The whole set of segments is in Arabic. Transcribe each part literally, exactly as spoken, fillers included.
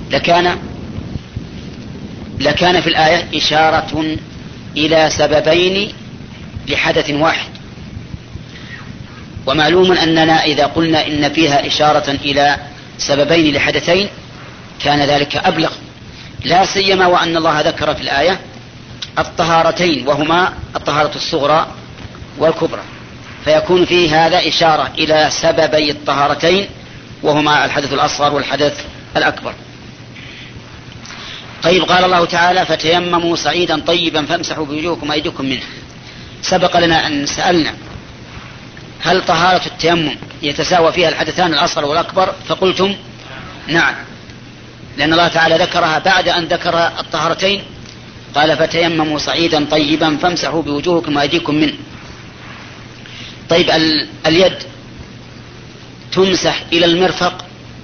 لكان لكان في الآية إشارة إلى سببين لحدث واحد. ومعلوم أننا إذا قلنا إن فيها إشارة إلى سببين لحدثين كان ذلك أبلغ، لا سيما وأن الله ذكر في الآية الطهارتين وهما الطهارة الصغرى والكبرى، فيكون فيه هذا إشارة إلى سببي الطهارتين وهما الحدث الأصغر والحدث الأكبر. طيب، قال الله تعالى فتيمموا صعيدا طيبا فامسحوا بوجوهكم وأيديكم منه. سبق لنا أن سألنا هل طهارة التيمم يتساوى فيها الحدثان الأصغر والأكبر؟ فقلتم نعم، لأن الله تعالى ذكرها بعد أن ذكر الطهارتين، قال فتيمموا صعيدا طيبا فامسحوا بوجوهكم وأيديكم منه. طيب، اليد تمسح إلى المرفق؟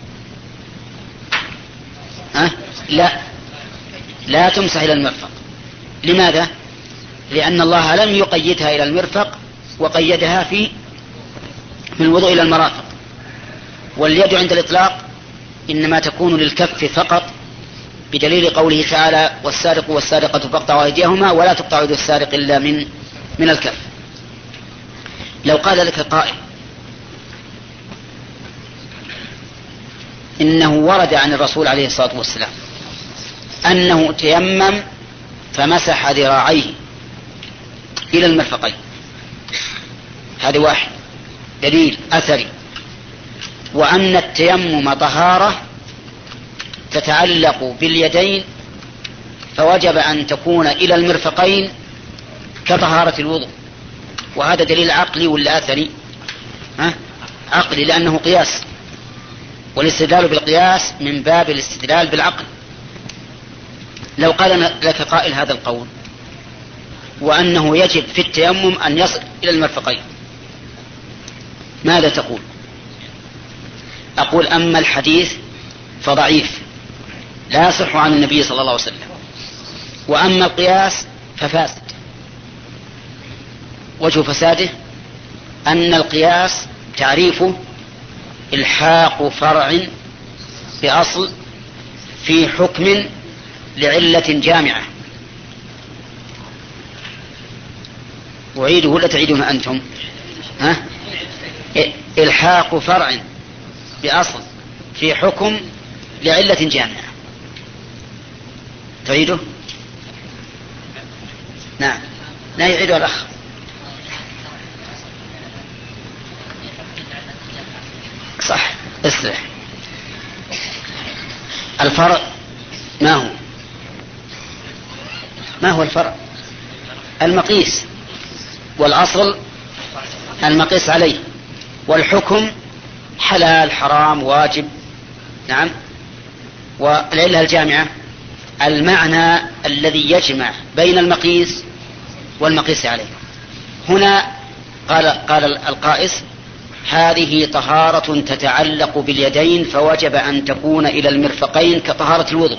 ها؟ لا، لا تمسح إلى المرفق. لماذا؟ لأن الله لم يقيدها إلى المرفق وقيدها في من الوضوء إلى المرافق. واليد عند الإطلاق إنما تكون للكف فقط، بدليل قوله تعالى والسارق والسارقة فاقطعوا أيديهما ولا تقطع يد السارق إلا من من الكف. لو قال لك قائل إنه ورد عن الرسول عليه الصلاة والسلام أنه تيمم فمسح ذراعيه إلى المرفقين، هذا واحد دليل أثري، وأن التيمم طهارة تتعلق باليدين فوجب أن تكون إلى المرفقين كطهارة الوضوء، وهذا دليل عقلي ولا أثري؟ ها؟ عقلي، لأنه قياس، والاستدلال بالقياس من باب الاستدلال بالعقل. لو قال لك قائل هذا القول وأنه يجب في التيمم أن يصل إلى المرفقين، ماذا تقول؟ أقول أما الحديث فضعيف لا يصح عن النبي صلى الله عليه وسلم، وأما القياس ففاسد. وجه فساده أن القياس تعريفه إلحاق فرع بأصل في حكم لعلة جامعة. أعيده ولا تعيدون أنتم؟ ها؟ إلحاق فرع بأصل في حكم لعلة جامعة. تعيده؟ نعم، لا يعيده الأخ. صح، اصلح. الفرع ما هو؟ ما هو الفرع؟ المقيس، والأصل المقيس عليه، والحكم حلال حرام واجب. نعم. والعلة الجامعة المعنى الذي يجمع بين المقيس والمقيس عليه. هنا قال قال القائس هذه طهارة تتعلق باليدين فوجب أن تكون إلى المرفقين كطهارة الوضوء.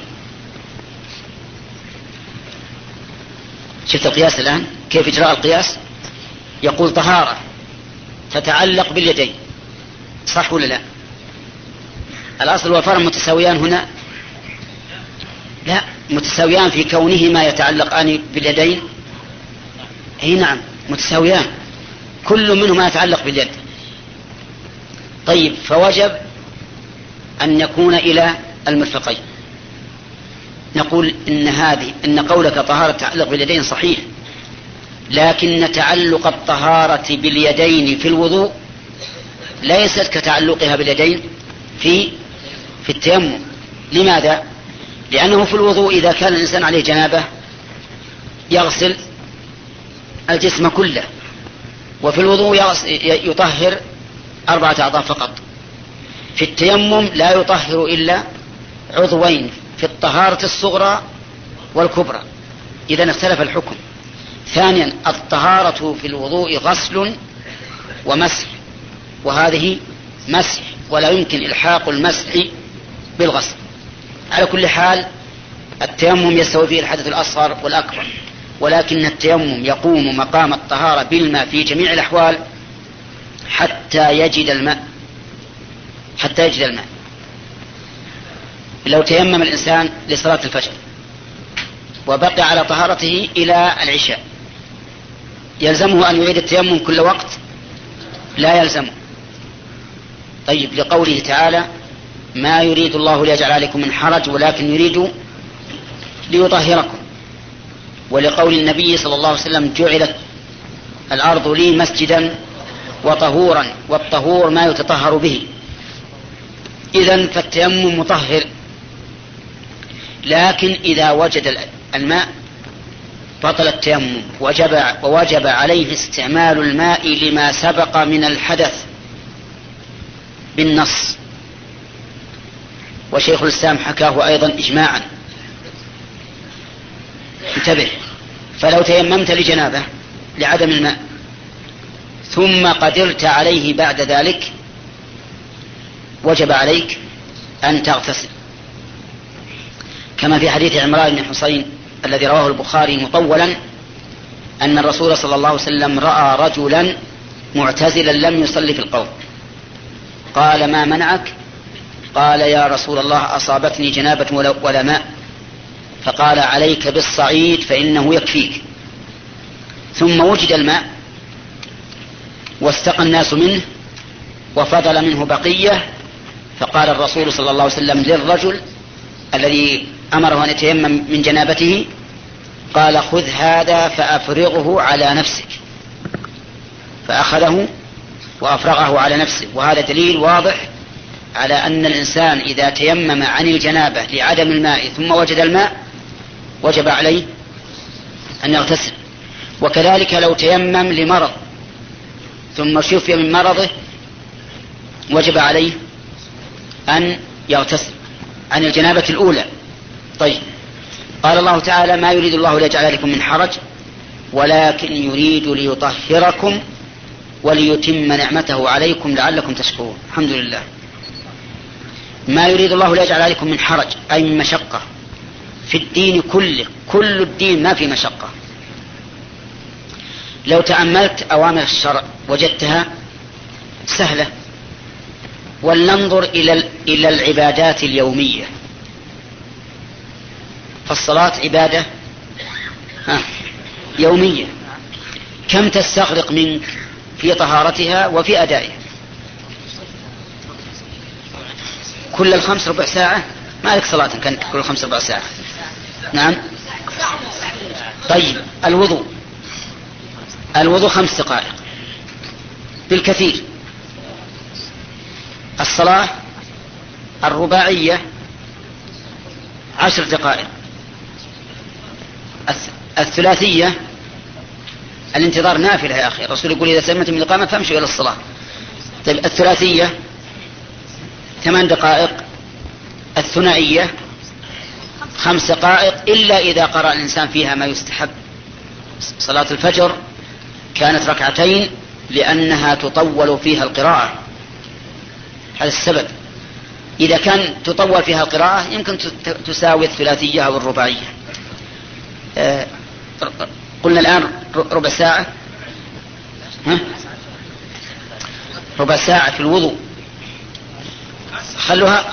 شفت القياس الآن كيف إجراء القياس؟ يقول طهارة تتعلق باليدين، صح ولا لا؟ الأصل والفرع متساويان هنا؟ لا، متساويان في كونهما يتعلقان باليدين. اي نعم متساويان، كل منهما يتعلق باليد. طيب، فوجب أن يكون إلى المرفقين. نقول إن هذه إن قولك طهارة تعلق باليدين صحيح، لكن تعلق الطهارة باليدين في الوضوء ليست كتعلقها باليدين في في التيمم. لماذا؟ لأنه في الوضوء إذا كان الإنسان عليه جنابة يغسل الجسم كله، وفي الوضوء يطهر أربعة أعضاء فقط. في التيمم لا يطهر إلا عضوين في الطهارة الصغرى والكبرى، إذا اختلف الحكم. ثانيا، الطهارة في الوضوء غسل ومسح، وهذه مسح، ولا يمكن إلحاق المسح بالغسل. على كل حال التيمم يستوي فيه الحدث الأصغر والأكبر، ولكن التيمم يقوم مقام الطهارة بالماء في جميع الأحوال حتى يجد الماء حتى يجد الماء لو تيمم الإنسان لصلاة الفجر وبقي على طهارته إلى العشاء يلزمه أن يعيد التيمم كل وقت؟ لا يلزمه. طيب، لقوله تعالى ما يريد الله ليجعل عليكم من حرج ولكن يريد ليطهركم، ولقول النبي صلى الله عليه وسلم جعلت الأرض لي مسجدا وطهورا، والطهور ما يتطهر به. إذن فالتيمم مطهر، لكن إذا وجد الماء بطل التيمم، وجب, ووجب عليه استعمال الماء لما سبق من الحدث بالنص، وشيخ الإسلام حكاه أيضا إجماعا. انتبه، فلو تيممت لجنابة لعدم الماء ثم قدرت عليه بعد ذلك وجب عليك أن تغتسل، كما في حديث عمران بن حسين الذي رواه البخاري مطولا أن الرسول صلى الله عليه وسلم رأى رجلا معتزلا لم يصلي في القوم، قال ما منعك؟ قال يا رسول الله أصابتني جنابة ولا ماء، فقال عليك بالصعيد فإنه يكفيك. ثم وجد الماء واستقى الناس منه وفضل منه بقية، فقال الرسول صلى الله عليه وسلم للرجل الذي أمره أن يتيمم من جنابته قال خذ هذا فأفرغه على نفسك، فأخذه وأفرغه على نفسه. وهذا دليل واضح على أن الإنسان إذا تيمم عن الجنابة لعدم الماء ثم وجد الماء وجب عليه أن يغتسل. وكذلك لو تيمم لمرض ثم شفي من مرضه وجب عليه أن يغتسل عن الجنابة الأولى. طيب، قال الله تعالى ما يريد الله ليجعل عليكم من حرج ولكن يريد ليطهركم وليتم نعمته عليكم لعلكم تشكرون. الحمد لله. ما يريد الله ليجعل عليكم من حرج أي من مشقة في الدين كله، كل الدين ما في مشقة. لو تأملت أوامر الشرع وجدتها سهلة. ولننظر إلى إلى العبادات اليومية، فالصلاة عبادة ها يومية، كم تستغرق منك في طهارتها وفي أدائها؟ كل الخمس ربع ساعة؟ ما لك صلاة كان كل الخمس ربع ساعة. نعم. طيب، الوضوء الوضوء خمس دقائق بالكثير. الصلاة الرباعية عشر دقائق. الثلاثية الانتظار نافلة يا أخي، الرسول يقول إذا سلمت من الإقامة فامشوا إلى الصلاة. طيب، الثلاثية ثمان دقائق. الثنائية خمس دقائق، إلا إذا قرأ الإنسان فيها ما يستحب. صلاة الفجر كانت ركعتين لأنها تطول فيها القراءة، هذا السبب. إذا كان تطول فيها القراءة يمكن تساوي الثلاثية أو الرباعية. آه قلنا الآن ربع ساعة، ها؟ ربع ساعة في الوضوء، خلوها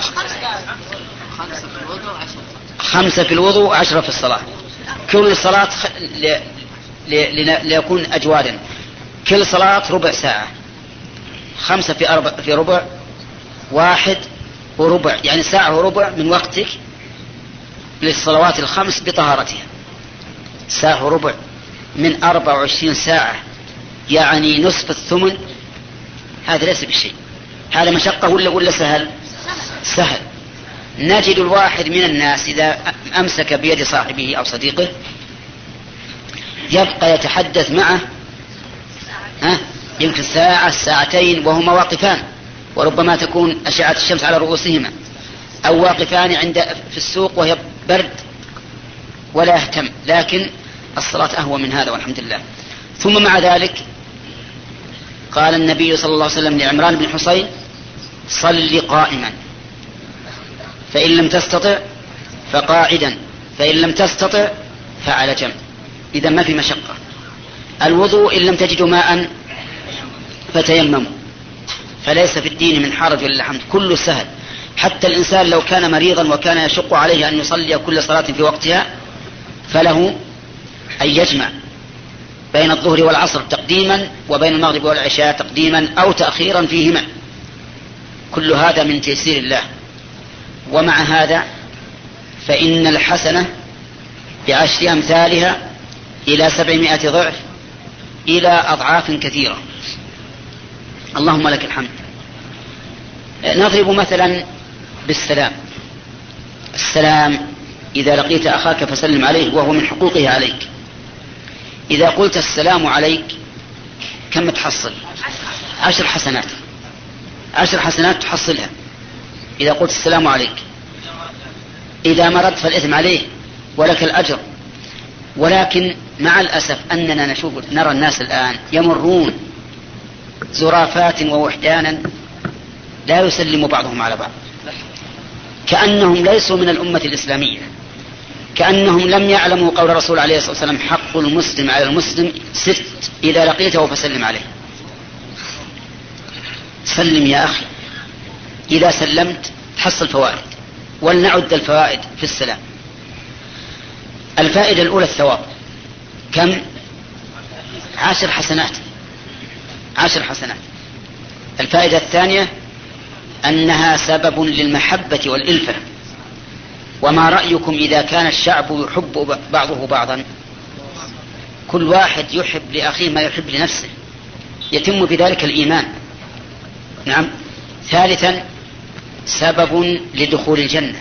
خمسة في الوضوء وعشرة في الصلاة. كل صلاة خ... ل... ل... ليكون أجوادا، كل صلاة ربع ساعة، خمسة في أربع في ربع واحد وربع، يعني ساعة وربع من وقتك للصلوات الخمس بطهارتها. ساعة وربع من أربع وعشرين ساعة، يعني نصف الثمن. هذا ليس بشيء. هذا مشقة ولا ولا سهل؟ سهل. نجد الواحد من الناس إذا أمسك بيد صاحبه أو صديقه يبقى يتحدث معه ها يمكن ساعة ساعتين وهما واقفان، وربما تكون أشعة الشمس على رؤوسهما، أو واقفان عند في السوق وهي برد ولا يهتم. لكن الصلاة أهوى من هذا والحمد لله. ثم مع ذلك قال النبي صلى الله عليه وسلم لعمران بن حسين صل قائما، فإن لم تستطع فقاعدا، فإن لم تستطع فعلى جنب. إذا ما في مشقة. الوضوء إن لم تجدوا ماء فتيمموا، فليس في الدين من حرج ولا حمد، كله سهل. حتى الإنسان لو كان مريضا وكان يشق عليه أن يصلي كل صلاة في وقتها فله أن يجمع بين الظهر والعصر تقديما وبين المغرب والعشاء تقديما أو تأخيرا فيهما. كل هذا من تيسير الله. ومع هذا فإن الحسنة بعشر أمثالها إلى سبعمائة ضعف إلى أضعاف كثيرة. اللهم لك الحمد. نضرب مثلا بالسلام. السلام إذا لقيت أخاك فسلم عليه وهو من حقوقه عليك. إذا قلت السلام عليك كم تحصل؟ عشر حسنات. عشر حسنات تحصلها إذا قلت السلام عليك. إذا مرضت فالإثم عليه ولك الأجر. ولكن مع الأسف أننا نشوف نرى الناس الآن يمرون زرافات ووحدانا لا يسلم بعضهم على بعض، كأنهم ليسوا من الأمة الإسلامية، كأنهم لم يعلموا قول الرسول عليه الصلاة والسلام حق المسلم على المسلم ست إذا لقيته فسلم عليه. سلم يا أخي. إذا سلمت تحصل فوائد. ولنعد الفوائد في السلام. الفائدة الأولى الثواب. كم؟ عشر حسنات. عشر حسنات. الفائدة الثانية أنها سبب للمحبة والإلفة. وما رأيكم إذا كان الشعب يحب بعضه بعضا؟ كل واحد يحب لأخيه ما يحب لنفسه، يتم بذلك الإيمان. نعم. ثالثا سبب لدخول الجنة.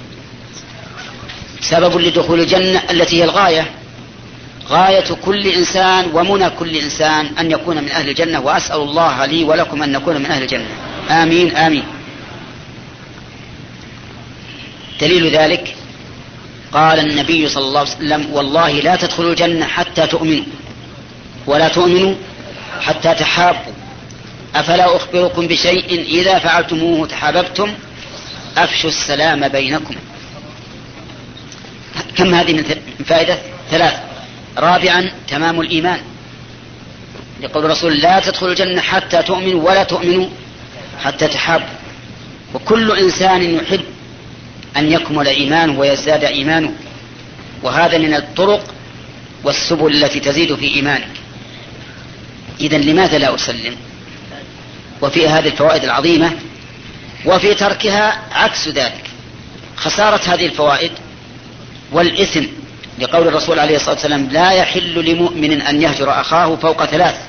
سبب لدخول الجنة التي هي الغاية، غاية كل إنسان ومنى كل إنسان أن يكون من أهل الجنة. وأسأل الله لي ولكم أن نكون من أهل الجنة. آمين آمين. دليل ذلك قال النبي صلى الله عليه وسلم والله لا تدخلوا الجنة حتى تؤمنوا ولا تؤمنوا حتى تحابوا. أفلا أخبركم بشيء إذا فعلتموه تحاببتم؟ أفشوا السلام بينكم. كم هذه من فائدة؟ ثلاث. رابعا تمام الإيمان، يقول الرسول لا تدخلوا الجنة حتى تؤمنوا ولا تؤمنوا حتى تحابوا. وكل إنسان يحب أن يكمل إيمانه ويزداد إيمانه، وهذا من الطرق والسبل التي تزيد في إيمانك. إذن لماذا لا أسلم؟ وفي هذه الفوائد العظيمة، وفي تركها عكس ذلك خسارة هذه الفوائد والإثم، لقول الرسول عليه الصلاة والسلام لا يحل لمؤمن أن يهجر أخاه فوق ثلاث: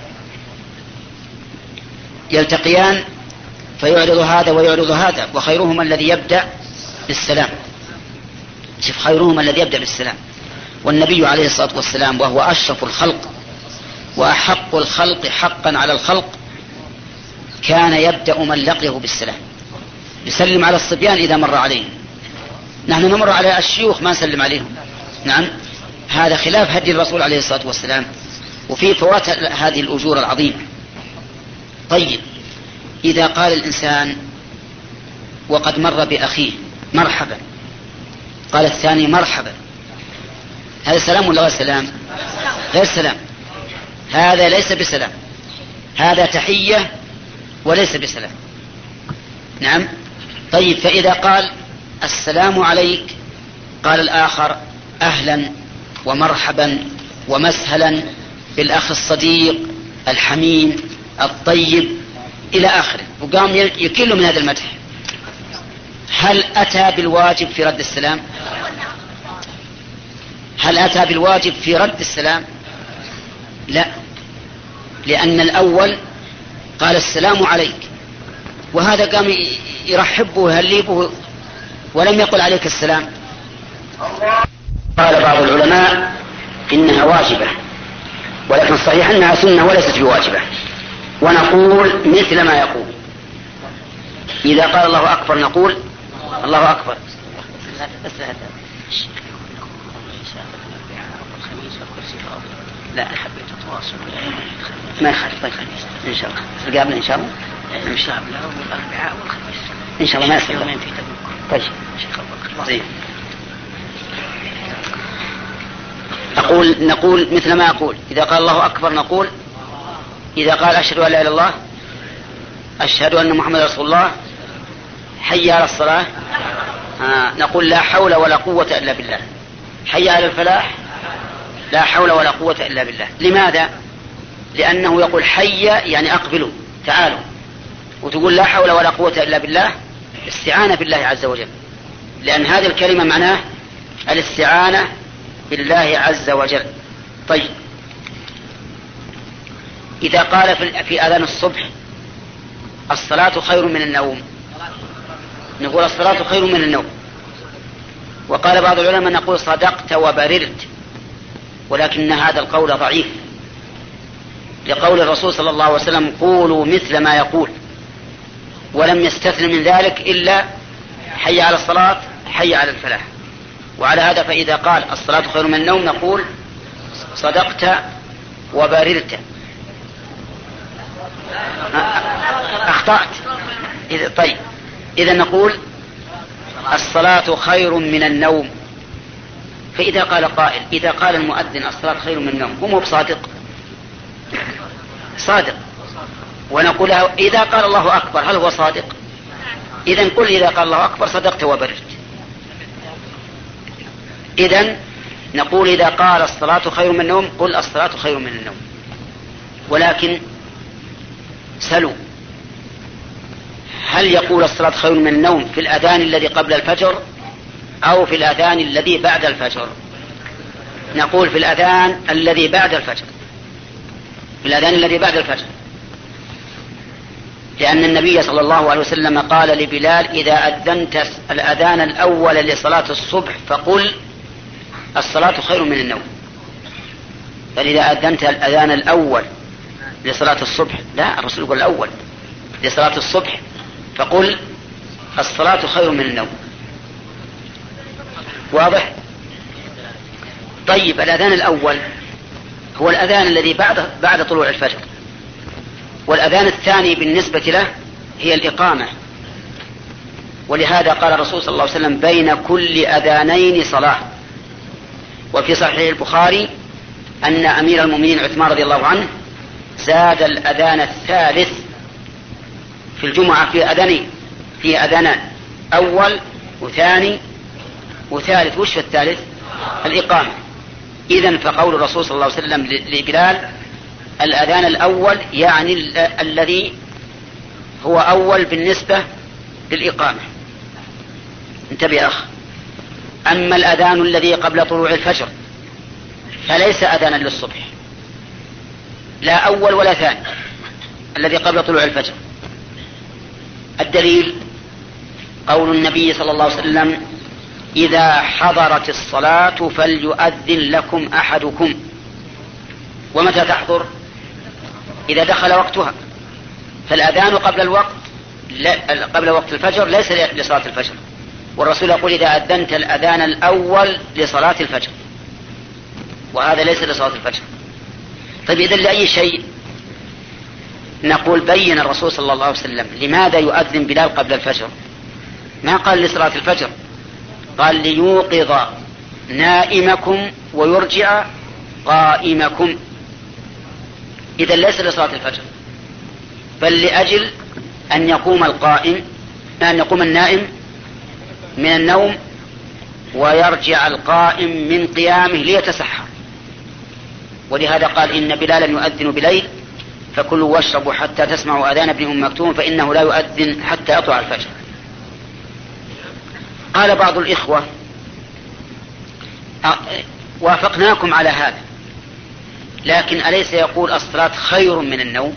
يلتقيان فيعرض هذا ويعرض هذا، وخيرهما الذي يبدأ بالسلام. شوف، خيرهما الذي يبدأ بالسلام. والنبي عليه الصلاة والسلام وهو أشرف الخلق وأحق الخلق حقا على الخلق كان يبدأ من لقيه بالسلام، يسلم على الصبيان إذا مر عليهم. نحن نمر على الشيوخ ما نسلم عليهم. نعم، هذا خلاف هدي الرسول عليه الصلاة والسلام، وفي فوات هذه الأجور العظيمة. طيب، إذا قال الإنسان وقد مر بأخيه مرحبا، قال الثاني مرحبا، هذا سلام ولا غير سلام؟ غير سلام. هذا ليس بسلام، هذا تحية وليس بسلام. نعم. طيب، فإذا قال السلام عليك قال الآخر أهلا ومرحبا ومسهلا بالأخ الصديق الحميم الطيب إلى آخره، وقام يكل من هذا المدح، هل أتى بالواجب في رد السلام؟ هل أتى بالواجب في رد السلام؟ لا، لأن الأول قال السلام عليك، وهذا قام يرحبه ويهليبه ولم يقل عليك السلام. قال بعض العلماء إنها واجبة، ولكن الصحيح أنها سنة وليست بواجبة. ونقول مثل ما يقول، إذا قال الله أكبر نقول الله أكبر. لا، حبيت أتواصل ما يخالف. طيب، إن شاء الله قابلنا إن شاء الله إن شاء الله والأربعاء والخميس إن شاء الله ما يصير يومين في تبوك. طيب، زين. أقول نقول مثل ما أقول، إذا قال الله أكبر نقول، إذا قال أشهد أن لا إله إلا الله، أشهد أن محمد رسول الله، حي على الصلاة آه نقول لا حول ولا قوة إلا بالله. حي على الفلاح لا حول ولا قوة إلا بالله. لماذا؟ لأنه يقول حي يعني أقبلوا تعالوا، وتقول لا حول ولا قوة إلا بالله استعانة بالله عز وجل، لأن هذه الكلمة معناه الاستعانة بالله عز وجل. طيب إذا قال في أذان الصبح الصلاة خير من النوم، نقول الصلاة خير من النوم. وقال بعض العلماء نقول صدقت وبررت، ولكن هذا القول ضعيف، لقول الرسول صلى الله عليه وسلم قولوا مثل ما يقول، ولم يستثن من ذلك إلا حي على الصلاة حي على الفلاح. وعلى هذا فإذا قال الصلاة خير من النوم نقول صدقت وبررت. أخطأت. طيب إذا نقول الصلاة خير من النوم. فإذا قال قائل إذا قال المؤذن الصلاة خير من النوم هو مو بصادق؟ صادق. ونقول له إذا قال الله أكبر هل هو صادق؟ إذن قل إذا قال الله أكبر صدقت وبررت. إذن نقول إذا قال الصلاة خير من النوم قل الصلاة خير من النوم. ولكن سلوا هل يقول الصلاة خير من النوم في الأذان الذي قبل الفجر أو في الأذان الذي بعد الفجر؟ نقول في الأذان الذي بعد الفجر، في الأذان الذي بعد الفجر، لأن النبي صلى الله عليه وسلم قال لبلال إذا أذنت الأذان الأول لصلاة الصبح فقل الصلاة خير من النوم. فإذا أذنت الأذان الأول لصلاة الصبح، لا الرسول يقول الأول لصلاة الصبح فقل الصلاة خير من النوم. واضح؟ طيب الأذان الأول هو الأذان الذي بعد بعد طلوع الفجر، والأذان الثاني بالنسبة له هي الإقامة. ولهذا قال الرسول صلى الله عليه وسلم بين كل أذانين صلاة. وفي صحيح البخاري أن أمير المؤمنين عثمان رضي الله عنه زاد الأذان الثالث في الجمعة في أذانين، في أذانان أول وثاني وثالث. وش في الثالث؟ الإقامة. إذن فقول الرسول صلى الله عليه وسلم لبلال الأذان الأول يعني ال- الذي هو أول بالنسبة للإقامة. انتبه يا أخ. أما الأذان الذي قبل طلوع الفجر فليس أذانا للصبح، لا أول ولا ثاني، الذي قبل طلوع الفجر. الدليل قول النبي صلى الله عليه وسلم إذا حضرت الصلاة فليؤذن لكم أحدكم. ومتى تحضر؟ إذا دخل وقتها. فالأذان قبل الوقت قبل وقت الفجر ليس لصلاة الفجر، والرسول يقول إذا أذنت الأذان الأول لصلاة الفجر، وهذا ليس لصلاة الفجر. طيب إذن لأي شيء نقول بين الرسول صلى الله عليه وسلم لماذا يؤذن بلال قبل الفجر؟ ما قال لصلاة الفجر، قال ليوقظ نائمكم ويرجع قائمكم. إذن ليس لصلاة الفجر، بل لأجل أن يقوم القائم أن يقوم النائم من النوم ويرجع القائم من قيامه ليتسحر. ولهذا قال إن بلالا يؤذن بليل فكلوا واشربوا حتى تسمعوا أذان ابن أم مكتوم فإنه لا يؤذن حتى يطلع الفجر. قال بعض الإخوة وافقناكم على هذا، لكن أليس يقول الصلاة خير من النوم؟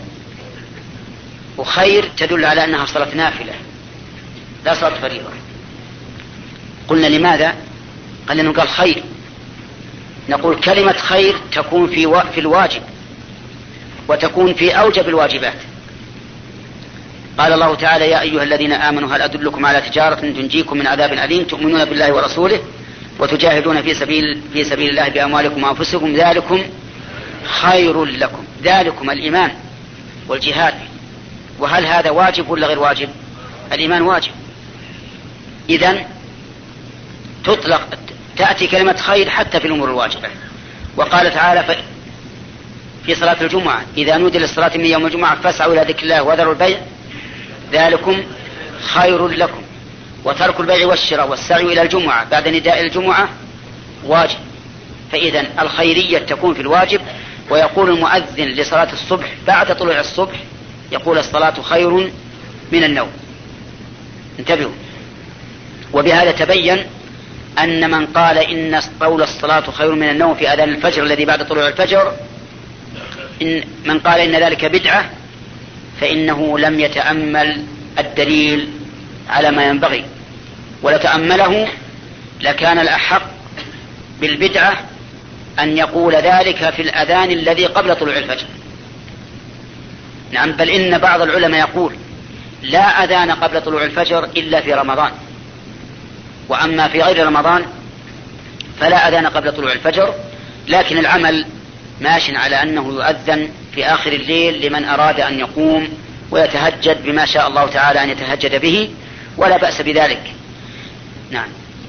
وخير تدل على أنها صلاة نافلة لا صلاة فريضة. قلنا لماذا؟ قال لأنه قال خير. نقول كلمة خير تكون في و... في الواجب، وتكون في أوجب الواجبات. قال الله تعالى يا أيها الذين آمنوا هل أدلكم على تجارة تنجيكم من عذاب أليم تؤمنون بالله ورسوله وتجاهدون في سبيل في سبيل الله بأموالكم وأنفسكم ذلكم خير لكم. ذلكم الإيمان والجهاد. وهل هذا واجب ولا غير واجب؟ الإيمان واجب. إذن تطلق تأتي كلمة خير حتى في الأمور الواجبة. وقال تعالى في صلاة الجمعة إذا نودي للصلاة من يوم الجمعة فاسعوا إلى ذكر الله وذروا البيع ذلكم خير لكم. وترك البيع والشراء والسعي إلى الجمعة بعد نداء الجمعة واجب. فإذا الخيرية تكون في الواجب. ويقول المؤذن لصلاة الصبح بعد طلوع الصبح يقول الصلاة خير من النوم. انتبهوا. وبهذا تبين أن من قال إن قول الصلاة خير من النوم في أذان الفجر الذي بعد طلوع الفجر، إن من قال إن ذلك بدعة فإنه لم يتأمل الدليل على ما ينبغي، ولتأمله لكان الأحق بالبدعة أن يقول ذلك في الأذان الذي قبل طلوع الفجر. نعم، بل إن بعض العلماء يقول لا أذان قبل طلوع الفجر إلا في رمضان، وأما في غير رمضان فلا أذان قبل طلوع الفجر. لكن العمل ماش على أنه يؤذن في آخر الليل لمن أراد أن يقوم ويتهجد بما شاء الله تعالى أن يتهجد به، ولا بأس بذلك. نعم.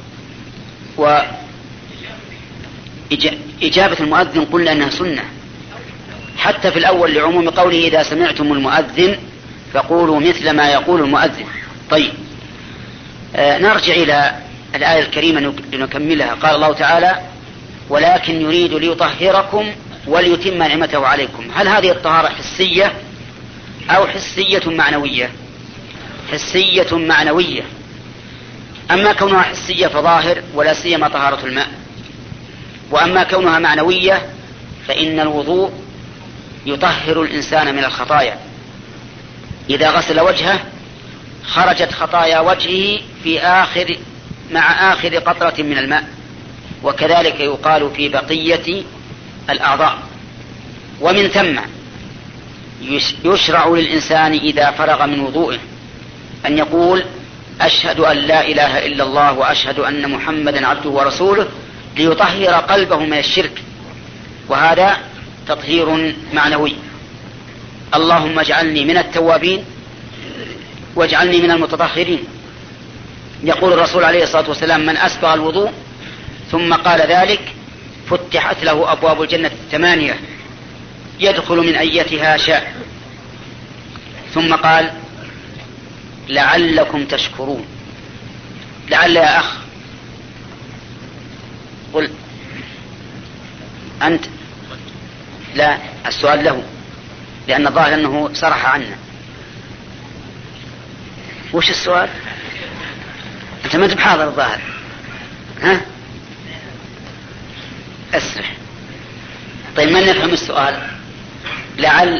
وإجابة المؤذن قلنا أنها سنة حتى في الأول لعموم قوله إذا سمعتم المؤذن فقولوا مثل ما يقول المؤذن. طيب، آه نرجع إلى الآية الكريمة لنكملها. قال الله تعالى ولكن يريد ليطهركم وليتم نعمته عليكم. هل هذه الطهارة حسية أو حسية معنوية؟ حسية معنوية. أما كونها حسية فظاهر ولا سيما طهارة الماء. وأما كونها معنوية فإن الوضوء يطهر الإنسان من الخطايا. إذا غسل وجهه خرجت خطايا وجهه في آخر مع آخر قطرة من الماء، وكذلك يقال في بقية الأعضاء. ومن ثم يشرع للإنسان إذا فرغ من وضوئه أن يقول أشهد أن لا إله إلا الله وأشهد أن محمدا عبده ورسوله ليطهر قلبه من الشرك، وهذا تطهير معنوي. اللهم اجعلني من التوابين واجعلني من المتطهرين. يقول الرسول عليه الصلاة والسلام من أسبغ الوضوء ثم قال ذلك فتحت له أبواب الجنة الثمانية يدخل من أيتها شاء. ثم قال لعلكم تشكرون. لعل يا أخ قل أنت. لا، السؤال له لأن الظاهر أنه صرح عنا. وش السؤال؟ أنت ما تبحاضر الظاهر. ها أسرح. طيب من نفهم السؤال؟ لعل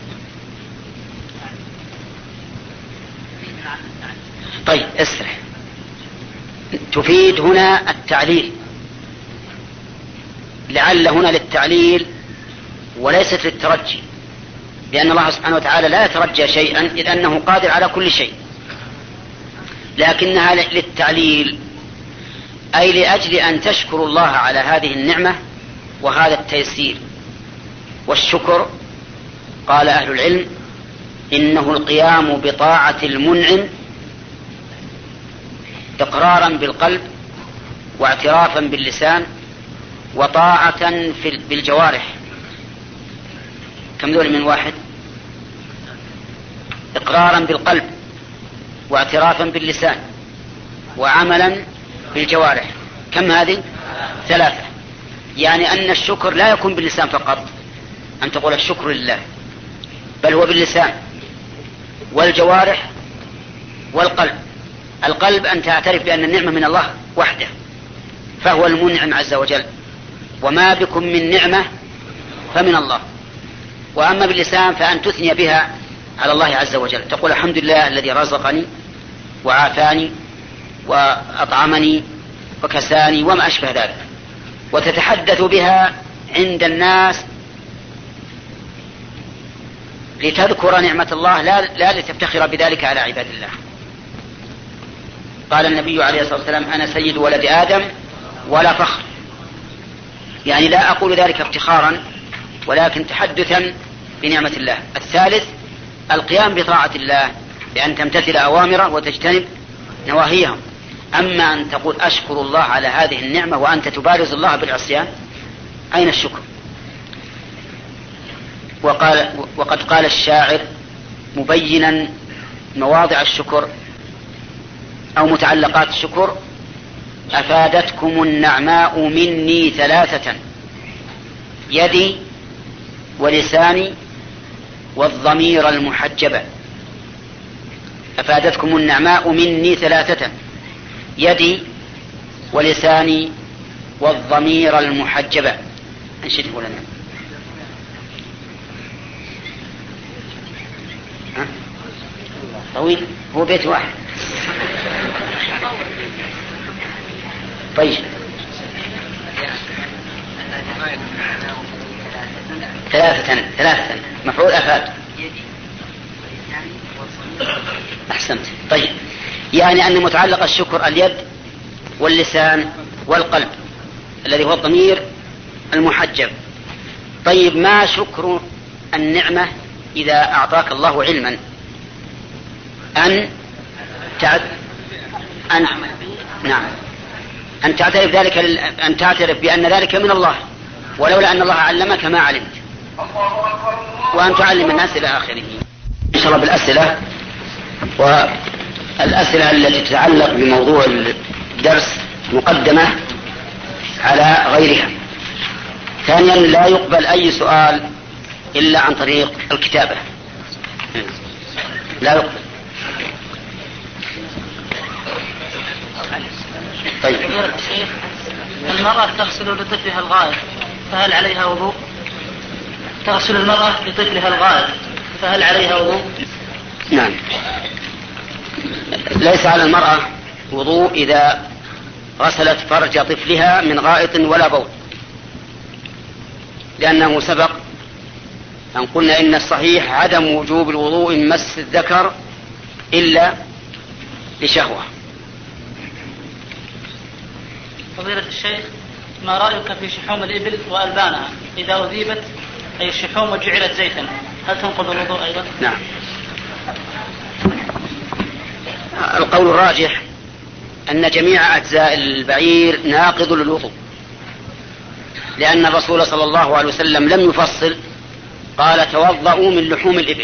طيب اسرح. تفيد هنا التعليل. لعل هنا للتعليل وليست للترجي، لأن الله سبحانه وتعالى لا يترجى شيئا إذ أنه قادر على كل شيء، لكنها للتعليل أي لأجل أن تشكروا الله على هذه النعمة وهذا التيسير. والشكر قال أهل العلم إنه القيام بطاعة المنعم إقرارا بالقلب واعترافا باللسان وطاعة بالجوارح. كم ذول من واحد؟ إقرارا بالقلب واعترافا باللسان وعملا بالجوارح. كم هذه؟ ثلاثة. يعني أن الشكر لا يكون باللسان فقط أن تقول الشكر لله، بل هو باللسان والجوارح والقلب. القلب أن تعترف بأن النعمة من الله وحده فهو المنعم عز وجل، وما بكم من نعمة فمن الله. وأما باللسان فأن تثني بها على الله عز وجل، تقول الحمد لله الذي رزقني وعافاني وأطعمني وكساني وما أشبه ذلك، وتتحدث بها عند الناس لتذكر نعمة الله لا, لا لتفتخر بذلك على عباد الله. قال النبي عليه الصلاة والسلام أنا سيد ولد آدم ولا فخر، يعني لا أقول ذلك افتخارا ولكن تحدثا بنعمة الله. الثالث القيام بطاعة الله بأن تمتثل أوامره وتجتنب نواهيه. أما أن تقول أشكر الله على هذه النعمة وأنت تبارز الله بالعصيان، أين الشكر؟ وقال وقد قال الشاعر مبينا مواضع الشكر أو متعلقات الشكر: أفادتكم النعماء مني ثلاثة: يدي ولساني والضمير المحجبة. أفادتكم النعماء مني ثلاثة: يدي ولساني والضمير المحجبة. أنشد لنا. طويل، هو بيت واحد. طيب، ثلاثة ثلاثة مفعول أفاد. أحسنت. طيب، يعني أن متعلق الشكر اليد واللسان والقلب الذي هو الضمير المحجب. طيب، ما شكر النعمة إذا أعطاك الله علما؟ أن تعد أن نعم أن تعترف ذلك أن تعترف بأن ذلك من الله، ولولا أن الله علمك ما علمت، وأن تعلم الناس إلى آخره. إن شاء الله بالأسئلة، والأسئلة التي تتعلق بموضوع الدرس مقدمة على غيرها. ثانيا، لا يقبل أي سؤال إلا عن طريق الكتابة، لا يقبل. طيب، المرأة تغسل لطفلها الغائط فهل عليها وضوء؟ تغسل المرأة لطفلها الغائط فهل عليها وضوء؟ نعم، ليس على المرأة وضوء إذا غسلت فرج طفلها من غائط ولا بول، لأنه سبق أن قلنا إن الصحيح عدم وجوب الوضوء من مس الذكر إلا لشهوة. فضيلة الشيخ، ما رأيك في شحوم الإبل وألبانها إذا أذيبت أي الشحوم وجعلت زيتا، هل تنقض الوضوء أيضا؟ نعم، القول الراجح أن جميع أجزاء البعير ناقض للوضوء، لأن الرسول صلى الله عليه وسلم لم يفصل، قال: توضؤوا من لحوم الإبل.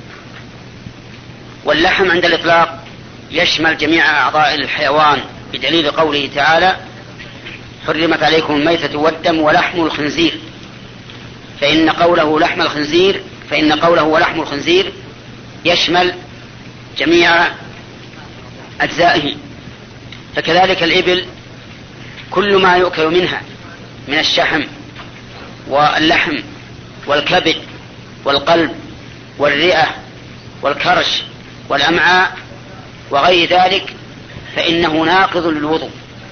واللحم عند الإطلاق يشمل جميع أعضاء الحيوان، بدليل قوله تعالى: حرمت عليكم الميتة والدم ولحم الخنزير. فإن قوله لحم الخنزير فإن قوله ولحم الخنزير يشمل جميع أجزائه. فكذلك الإبل كل ما يؤكل منها من الشحم واللحم والكبد والقلب والرئة والكرش والأمعاء وغير ذلك فإنه ناقض للوضوء.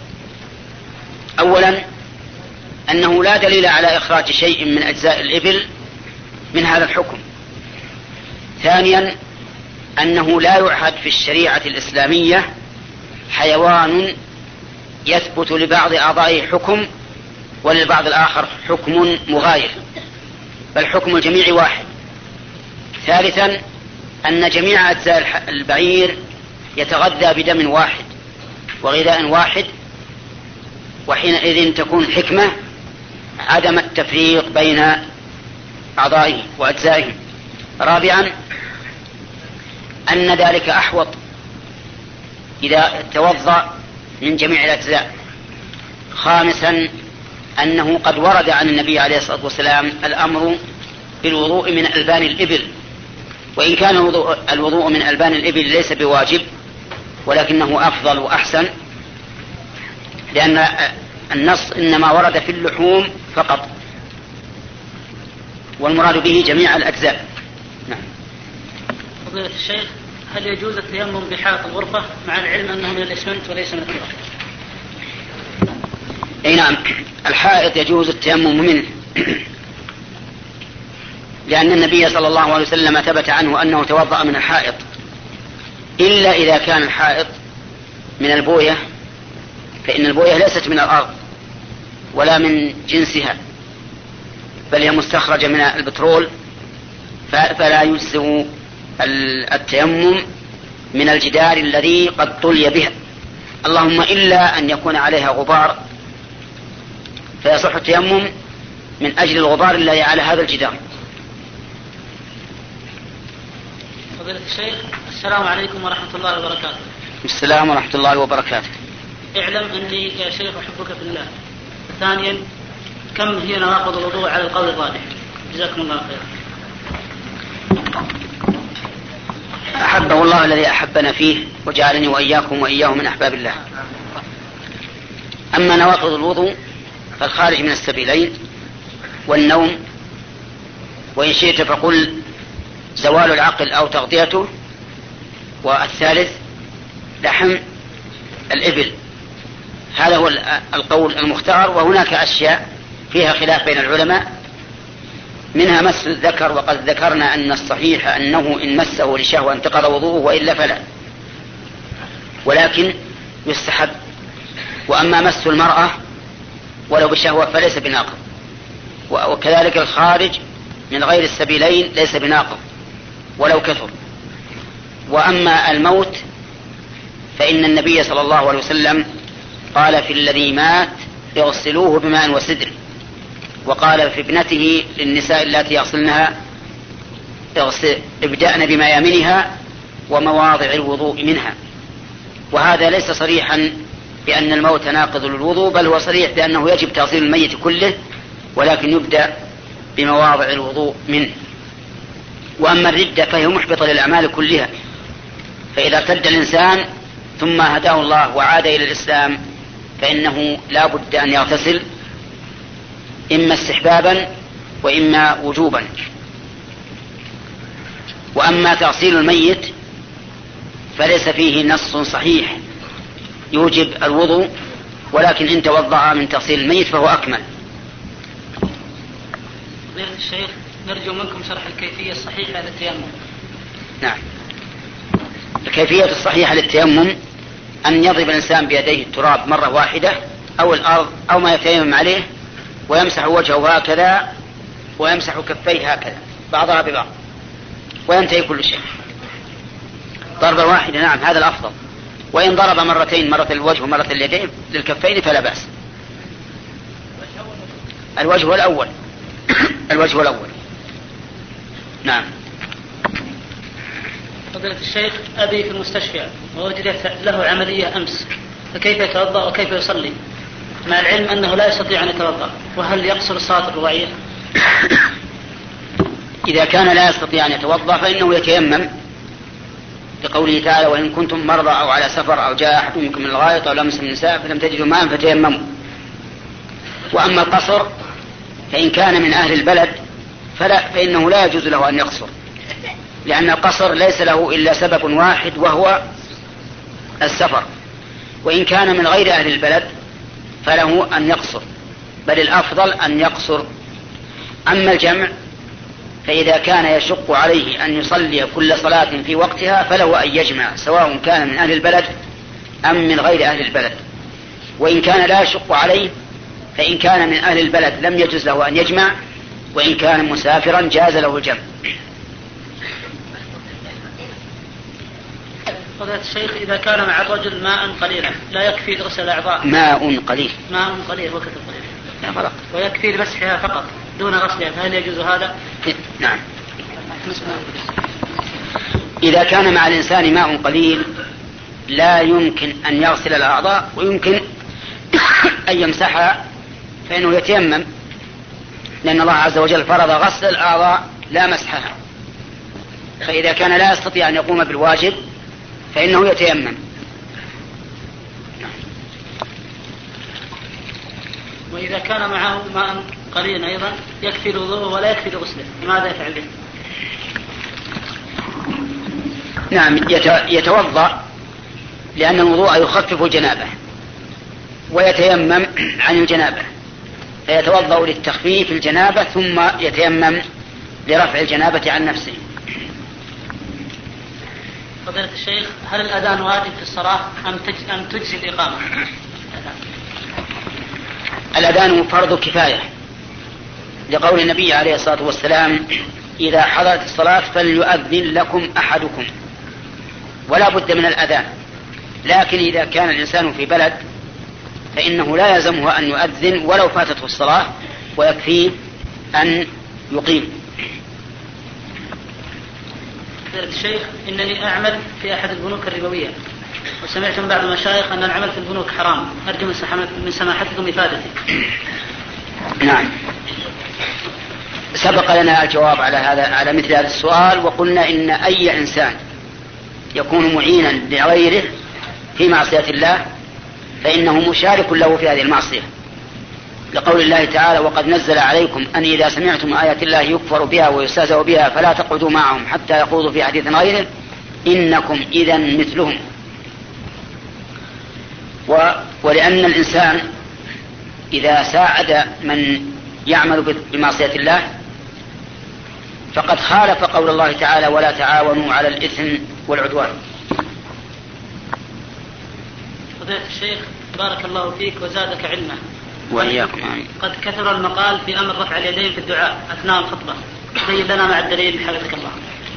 أولا، أنه لا دليل على إخراج شيء من أجزاء الإبل من هذا الحكم. ثانيا، أنه لا يعهد في الشريعة الإسلامية حيوان يثبت لبعض أعضائه حكم وللبعض الآخر حكم مغاير، بل حكم الجميع واحد. ثالثا، أن جميع أجزاء البعير يتغذى بدم واحد وغذاء واحد، وحينئذ تكون حكمة عدم التفريق بين أعضائه وأجزائه. رابعا، أن ذلك أحوط إذا توضأ من جميع الأجزاء. خامسا، أنه قد ورد عن النبي عليه الصلاة والسلام الأمر بالوضوء من ألبان الإبل، وإن كان الوضوء من ألبان الإبل ليس بواجب ولكنه أفضل وأحسن، لأن النص إنما ورد في اللحوم فقط، والمراد به جميع الأجزاء. نعم. فضيلة الشيخ، هل يجوز التيمم بحائط الغرفة مع العلم أنه من الإسمنت وليس من التراب؟ أي نعم، الحائط يجوز التيمم منه، لأن النبي صلى الله عليه وسلم ثبت عنه أنه توضأ من الحائط، إلا إذا كان الحائط من البوية، فإن البوية ليست من الأرض ولا من جنسها، بل هي مستخرجة من البترول، فلا يجزئ التيمم من الجدار الذي قد طلي بها، اللهم إلا أن يكون عليها غبار، فيصح التيمم من أجل الغبار الذي على هذا الجدار. فضيلة الشيخ، السلام عليكم ورحمة الله وبركاته. السلام ورحمة الله وبركاته. اعلم أني يا شيخ أحبك في الله. ثانيا، كم هي نواقض الوضوء على القول الراجح؟ جزاكم الله خيرا. أحبه الله الذي أحبنا فيه وجعلني وإياكم وإياه من أحباب الله. أما نواقض الوضوء فالخارج من السبيلين والنوم، وإن شئت فقل زوال العقل أو تغطيته، والثالث لحم الإبل. هذا هو القول المختار، وهناك أشياء فيها خلاف بين العلماء، منها مس الذكر، وقد ذكرنا أن الصحيح أنه إن مسه لشهوة انتقض وضوءه وإلا فلا، ولكن يستحب. وأما مس المرأة ولو بشهوة فليس بناقض، وكذلك الخارج من غير السبيلين ليس بناقض ولو كثر. وأما الموت فإن النبي صلى الله عليه وسلم قال في الذي مات يغسلوه بماء وسدر، وقال في ابنته للنساء التي يغسلنها ابدأن بميامنها ومواضع الوضوء منها. وهذا ليس صريحا بأن الموت ناقض للوضوء، بل هو صريح بأنه يجب تغسيل الميت كله، ولكن يبدأ بمواضع الوضوء منه. وأما الردة فهي محبطة للأعمال كلها، فإذا ارتد الإنسان ثم هداه الله وعاد إلى الإسلام فإنه لا بد أن يغتسل، إما استحبابا وإما وجوبا. وأما تغسيل الميت فليس فيه نص صحيح يوجب الوضوء، ولكن إن توضأ من تغسيل الميت فهو أكمل. فضيلة الشيخ، نرجو منكم شرح الكيفية الصحيحة للتيمم. نعم، الكيفية الصحيحة للتيمم أن يضرب الإنسان بيديه التراب مرة واحدة أو الأرض أو ما يتيمم عليه، ويمسح وجهه هكذا ويمسح كفيه هكذا بعضها ببعض، وينتهي كل شيء. ضربة واحدة، نعم هذا الأفضل. وإن ضرب مرتين، مرة الوجه ومرة اليدين للكفين فلا بأس. الوجه الأول الوجه الأول نعم. فضيلة الشيخ، أبي في المستشفى ووجدت له عملية أمس، فكيف يتوضأ وكيف يصلي مع العلم أنه لا يستطيع أن يتوضأ؟ وهل يقصر الصلاة الرباعية؟ إذا كان لا يستطيع أن يتوضأ فإنه يتيمم، لقوله تعالى وإن كنتم مرضى أو على سفر أو جاء أحد منكم من الغائط أو لمس النساء فلم تجدوا ماء فتيمموا. وأما القصر فإن كان من أهل البلد فلا، فإنه لا يجوز له أن يقصر، لأن القصر ليس له إلا سبب واحد وهو السفر. وإن كان من غير أهل البلد فله أن يقصر، بل الأفضل أن يقصر. أما الجمع فإذا كان يشق عليه أن يصلي كل صلاة في وقتها فله أن يجمع، سواء كان من أهل البلد أم من غير أهل البلد. وإن كان لا يشق عليه فإن كان من أهل البلد لم يجوز له أن يجمع، وإن كان مسافرا جاز له الجمع. فضيلة الشيخ، إذا كان مع الرجل ماء قليلا لا يكفي لغسل الأعضاء؟ ماء قليل ماء قليل وكتب قليل لا فرق، ويكفي لمسحها فقط دون غسلها، فهل يجوز هذا؟ نعم. إذا كان مع الإنسان ماء قليل لا يمكن أن يغسل الأعضاء ويمكن أن يمسحها فإنه يتيمم، لأن الله عز وجل فرض غسل الأعضاء لا مسحها. فإذا كان لا يستطيع أن يقوم بالواجب فإنه يتيمم. وإذا كان معه ماء قليل أيضا يكفي الوضوء ولا يكفي لغسله، لماذا يفعل به؟ نعم، يتوضأ لأن الوضوء يخفف الجنابة، ويتيمم عن الجنابة، فيتوضأ للتخفيف الجنابة ثم يتيمم لرفع الجنابة عن نفسه. فضيلة الشيخ، هل الأذان واجب في الصلاة أم تجزي الإقامة؟ الأذان فرض كفاية، لقول النبي عليه الصلاة والسلام إذا حضرت الصلاة فليؤذن لكم أحدكم، ولا بد من الأذان. لكن إذا كان الإنسان في بلد فإنه لا يلزمه أن يؤذن ولو فاتته الصلاة، ويكفيه أن يقيم. فضيلة الشيخ، إنني أعمل في أحد البنوك الربوية، وسمعت من بعض المشايخ أن العمل في البنوك حرام، أرجو من سماحتكم إفادتي. نعم، سبق لنا الجواب على هذا على مثل هذا السؤال، وقلنا إن أي إنسان يكون معينا لغيره في معصية الله فإنه مشارك له في هذه المعصية، لقول الله تعالى: وقد نزل عليكم أن إذا سمعتم آيات الله يكفر بها ويستهزأ بها فلا تقعدوا معهم حتى يخوضوا في حديث غيره إنكم إذا مثلهم. و... ولأن الإنسان إذا ساعد من يعمل بمعصية الله فقد خالف قول الله تعالى: ولا تعاونوا على الإثم والعدوان. فضيلة الشيخ بارك الله فيك وزادك علما. وإياكم. قد كثر المقال في أمر رفع اليدين في الدعاء أثناء الخطبة، بين لنا مع الدليل حفظك الله.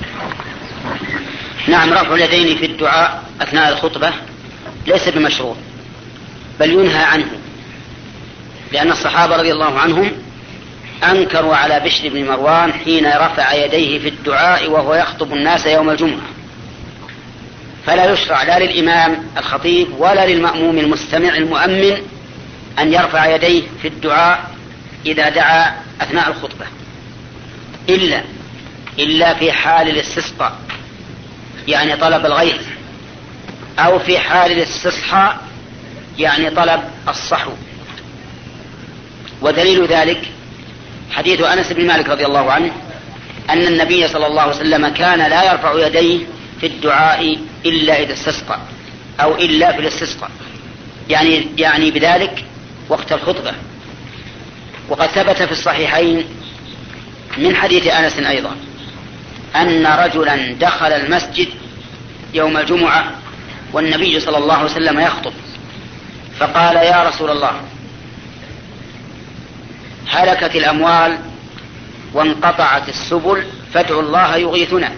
نعم، رفع اليدين في الدعاء أثناء الخطبة ليس بمشروع، بل ينهى عنه، لأن الصحابة رضي الله عنهم أنكروا على بشر بن مروان حين رفع يديه في الدعاء وهو يخطب الناس يوم الجمعة، فلا يشرع لا للإمام الخطيب ولا للمأموم المستمع المؤمن أن يرفع يديه في الدعاء إذا دعا أثناء الخطبة، إلا إلا في حال الاستسقاء يعني طلب الغيث، أو في حال الاستصحاء يعني طلب الصحو. ودليل ذلك حديث أنس بن مالك رضي الله عنه أن النبي صلى الله عليه وسلم كان لا يرفع يديه في الدعاء إلا إذا استسقى أو إلا في الاستسقاء، يعني يعني بذلك وقت الخطبة. وقد ثبت في الصحيحين من حديث أنس أيضا أن رجلا دخل المسجد يوم الجمعة والنبي صلى الله عليه وسلم يخطب، فقال: يا رسول الله، هلكت الأموال وانقطعت السبل فادعوا الله يغيثنا.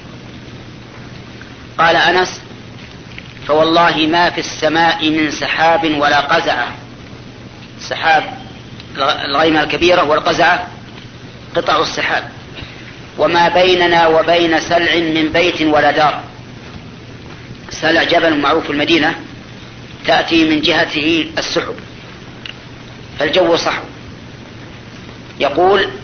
قال أنس: فوالله ما في السماء من سحاب ولا قزعة. السحاب الغيمة الكبيرة والقزعة قطع السحاب، وما بيننا وبين سلع من بيت ولا دار. سلع جبل معروف في المدينة تأتي من جهته السحب، فالجو صحو. يقول: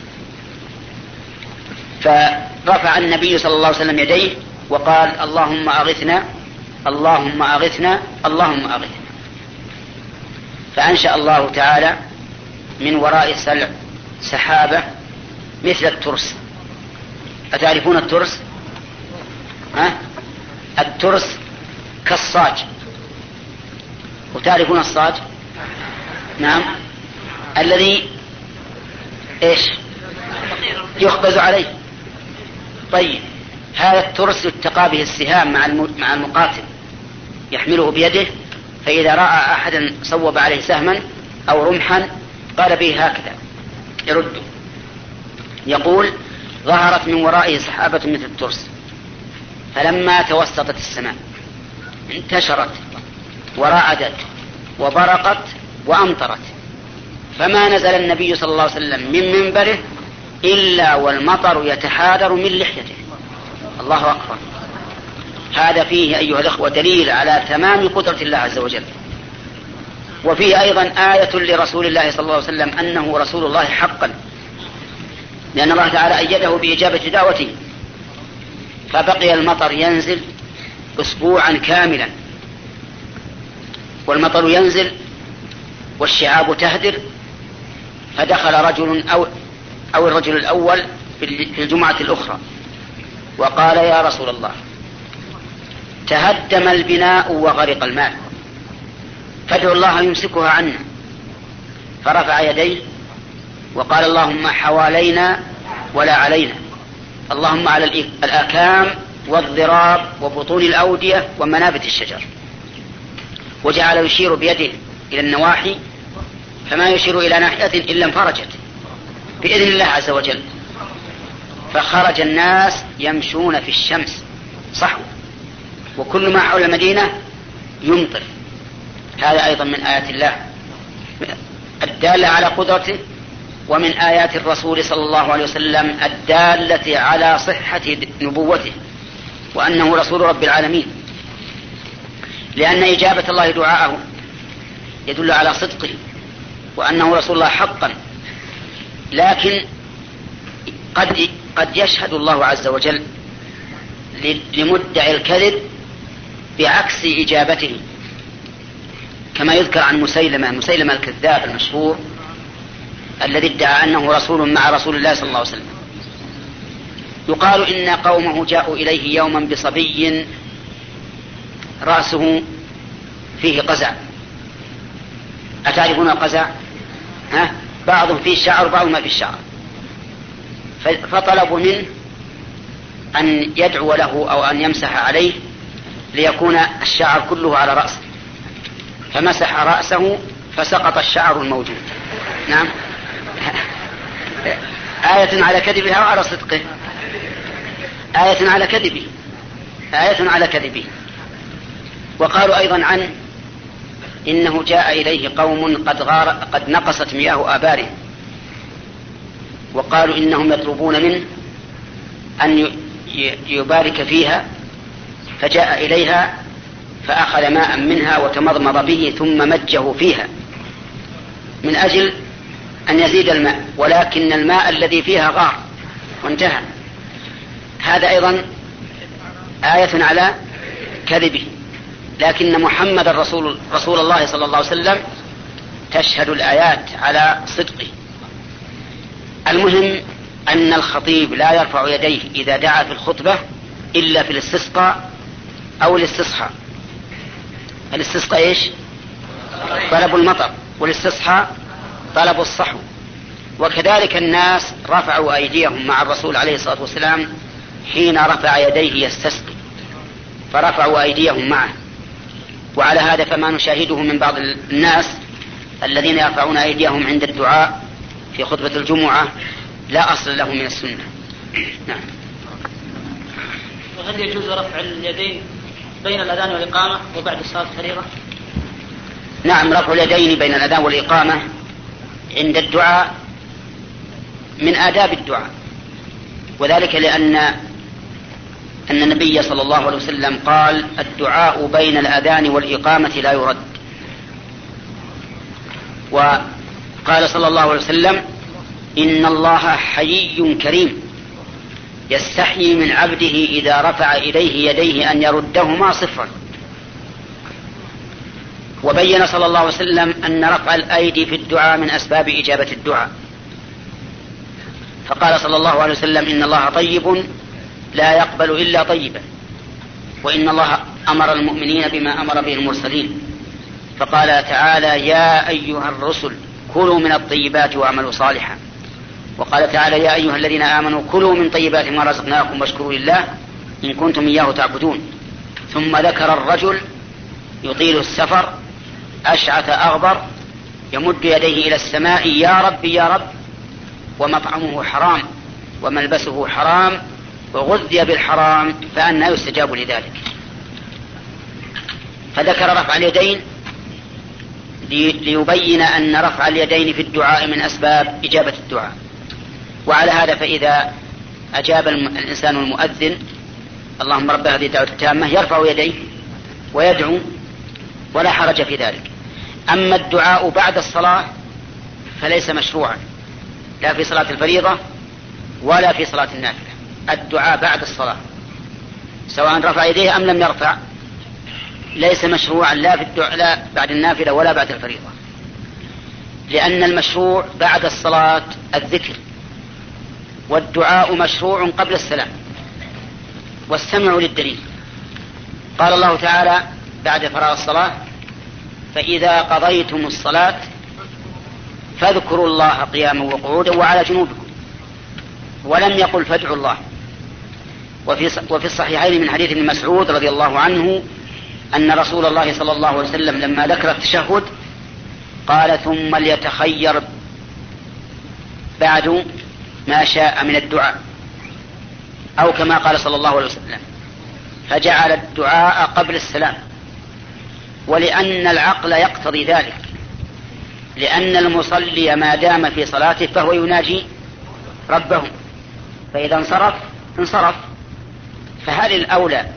فرفع النبي صلى الله عليه وسلم يديه وقال: اللهم أغثنا اللهم أغثنا اللهم أغثنا. فأنشأ الله تعالى من وراء السلع سحابة مثل الترس. أتعرفون الترس؟ ها؟ الترس كالصاج. وتعرفون الصاج؟ نعم، الذي ايش يخبز عليه. طيب، هذا الترس يتقى به السهام مع المقاتل، يحمله بيده، فإذا رأى أحدا صوب عليه سهما أو رمحا قال به هكذا يرد. يقول: ظهرت من ورائه سحابة مثل الترس، فلما توسطت السماء انتشرت ورعدت وبرقت وأمطرت، فما نزل النبي صلى الله عليه وسلم من منبره إلا والمطر يتحادر من لحيته. الله أكبر. هذا فيه أيها الأخوة دليل على تمام قدرة الله عز وجل، وفيه أيضا آية لرسول الله صلى الله عليه وسلم أنه رسول الله حقا، لأن الله تعالى أيده بإجابة دعوته، فبقي المطر ينزل أسبوعا كاملا، والمطر ينزل والشعاب تهدر. فدخل رجل أو, أو الرجل الأول في الجمعة الأخرى وقال: يا رسول الله، تهدم البناء وغرق المال، فادعوا الله يمسكها عنا. فرفع يديه وقال: اللهم حوالينا ولا علينا، اللهم على الآكام والضراب وبطون الأودية ومنابت الشجر. وجعل يشير بيده إلى النواحي، فما يشير إلى ناحية إلا انفرجت بإذن الله عز وجل، فخرج الناس يمشون في الشمس صحو، وكل ما حول المدينة يمطر. هذا أيضا من آيات الله الدالة على قدرته، ومن آيات الرسول صلى الله عليه وسلم الدالة على صحة نبوته وأنه رسول رب العالمين. لأن إجابة الله دعاءه يدل على صدقه وأنه رسول الله حقا، لكن قد قد يشهد الله عز وجل لمدعي الكذب بعكس إجابته، كما يذكر عن مسيلمة مسيلمة الكذاب المشهور الذي ادعى أنه رسول مع رسول الله صلى الله عليه وسلم. يقال إن قومه جاءوا إليه يوما بصبي رأسه فيه قزع. أتعرفون القزع؟ ها؟ بعضهم فيه شعر بعضهم ما فيه شعر. فطلبوا منه أن يدعو له أو أن يمسح عليه ليكون الشعر كله على رأسه، فمسح رأسه فسقط الشعر الموجود. نعم. آية على كذبها وعلى صدقه. آية على كذبه آية على كذبه. وقالوا أيضا عنه إنه جاء إليه قوم قد, غار قد نقصت مياه آباره، وقالوا إنهم يطلبون منه أن يبارك فيها، فجاء إليها فأخذ ماء منها وتمضمض به ثم مجه فيها من أجل أن يزيد الماء، ولكن الماء الذي فيها غار وانتهى. هذا أيضا آية على كذبه. لكن محمد رسول, رسول الله صلى الله عليه وسلم تشهد الآيات على صدقه. المهم أن الخطيب لا يرفع يديه إذا دعا في الخطبة إلا في الاستسقاء أو الاستصحاء. الاستسقاء إيش؟ طلب المطر، والاستصحاء طلب الصحو. وكذلك الناس رفعوا أيديهم مع الرسول عليه الصلاة والسلام حين رفع يديه يستسقي، فرفعوا أيديهم معه. وعلى هذا فما نشاهده من بعض الناس الذين يرفعون أيديهم عند الدعاء في خطبة الجمعة لا أصل له من السنة. نعم. وهل يجوز رفع اليدين بين الأذان والإقامة وبعد الصلاة الفريضة؟ نعم، رفع اليدين بين الأذان والإقامة عند الدعاء من آداب الدعاء، وذلك لأن أن النبي صلى الله عليه وسلم قال الدعاء بين الأذان والإقامة لا يرد. وقال صلى الله عليه وسلم إن الله حيي كريم يستحيي من عبده إذا رفع إليه يديه أن يردهما صفرا. وبين صلى الله عليه وسلم أن رفع الأيدي في الدعاء من أسباب إجابة الدعاء، فقال صلى الله عليه وسلم إن الله طيب لا يقبل إلا طيبا، وإن الله أمر المؤمنين بما أمر به المرسلين، فقال تعالى يا أيها الرسل كلوا من الطيبات واعملوا صالحا، وقال تعالى يا أيها الذين آمنوا كلوا من طيبات ما رزقناكم واشكروا لله إن كنتم إياه تعبدون. ثم ذكر الرجل يطيل السفر أشعث أغبر يمد يديه إلى السماء يا رب يا رب، ومطعمه حرام وملبسه حرام وغذي بالحرام فأنى يستجاب لذلك. فذكر رفع اليدين ليبين أن رفع اليدين في الدعاء من أسباب إجابة الدعاء. وعلى هذا فإذا أجاب الإنسان المؤذن اللهم رب هذه الدعوة التامة يرفع يديه ويدعو ولا حرج في ذلك. أما الدعاء بعد الصلاة فليس مشروعا لا في صلاة الفريضة ولا في صلاة النافلة. الدعاء بعد الصلاة سواء رفع يديه أم لم يرفع ليس مشروعا لا في الدعاء لا بعد النافلة ولا بعد الفريضة، لأن المشروع بعد الصلاة الذكر، والدعاء مشروع قبل السلام. واستمعوا للدليل. قال الله تعالى بعد فراغ الصلاة فإذا قضيتم الصلاة فاذكروا الله قياما وقعودا وعلى جنوبكم، ولم يقل فادعوا الله. وفي وفي الصحيحين من حديث ابن مسعود رضي الله عنه أن رسول الله صلى الله عليه وسلم لما ذكر التشهد قال ثم ليتخير بعد ما شاء من الدعاء، أو كما قال صلى الله عليه وسلم، فجعل الدعاء قبل السلام. ولأن العقل يقتضي ذلك، لأن المصلي ما دام في صلاته فهو يناجي ربه، فإذا انصرف انصرف. فهل الأولى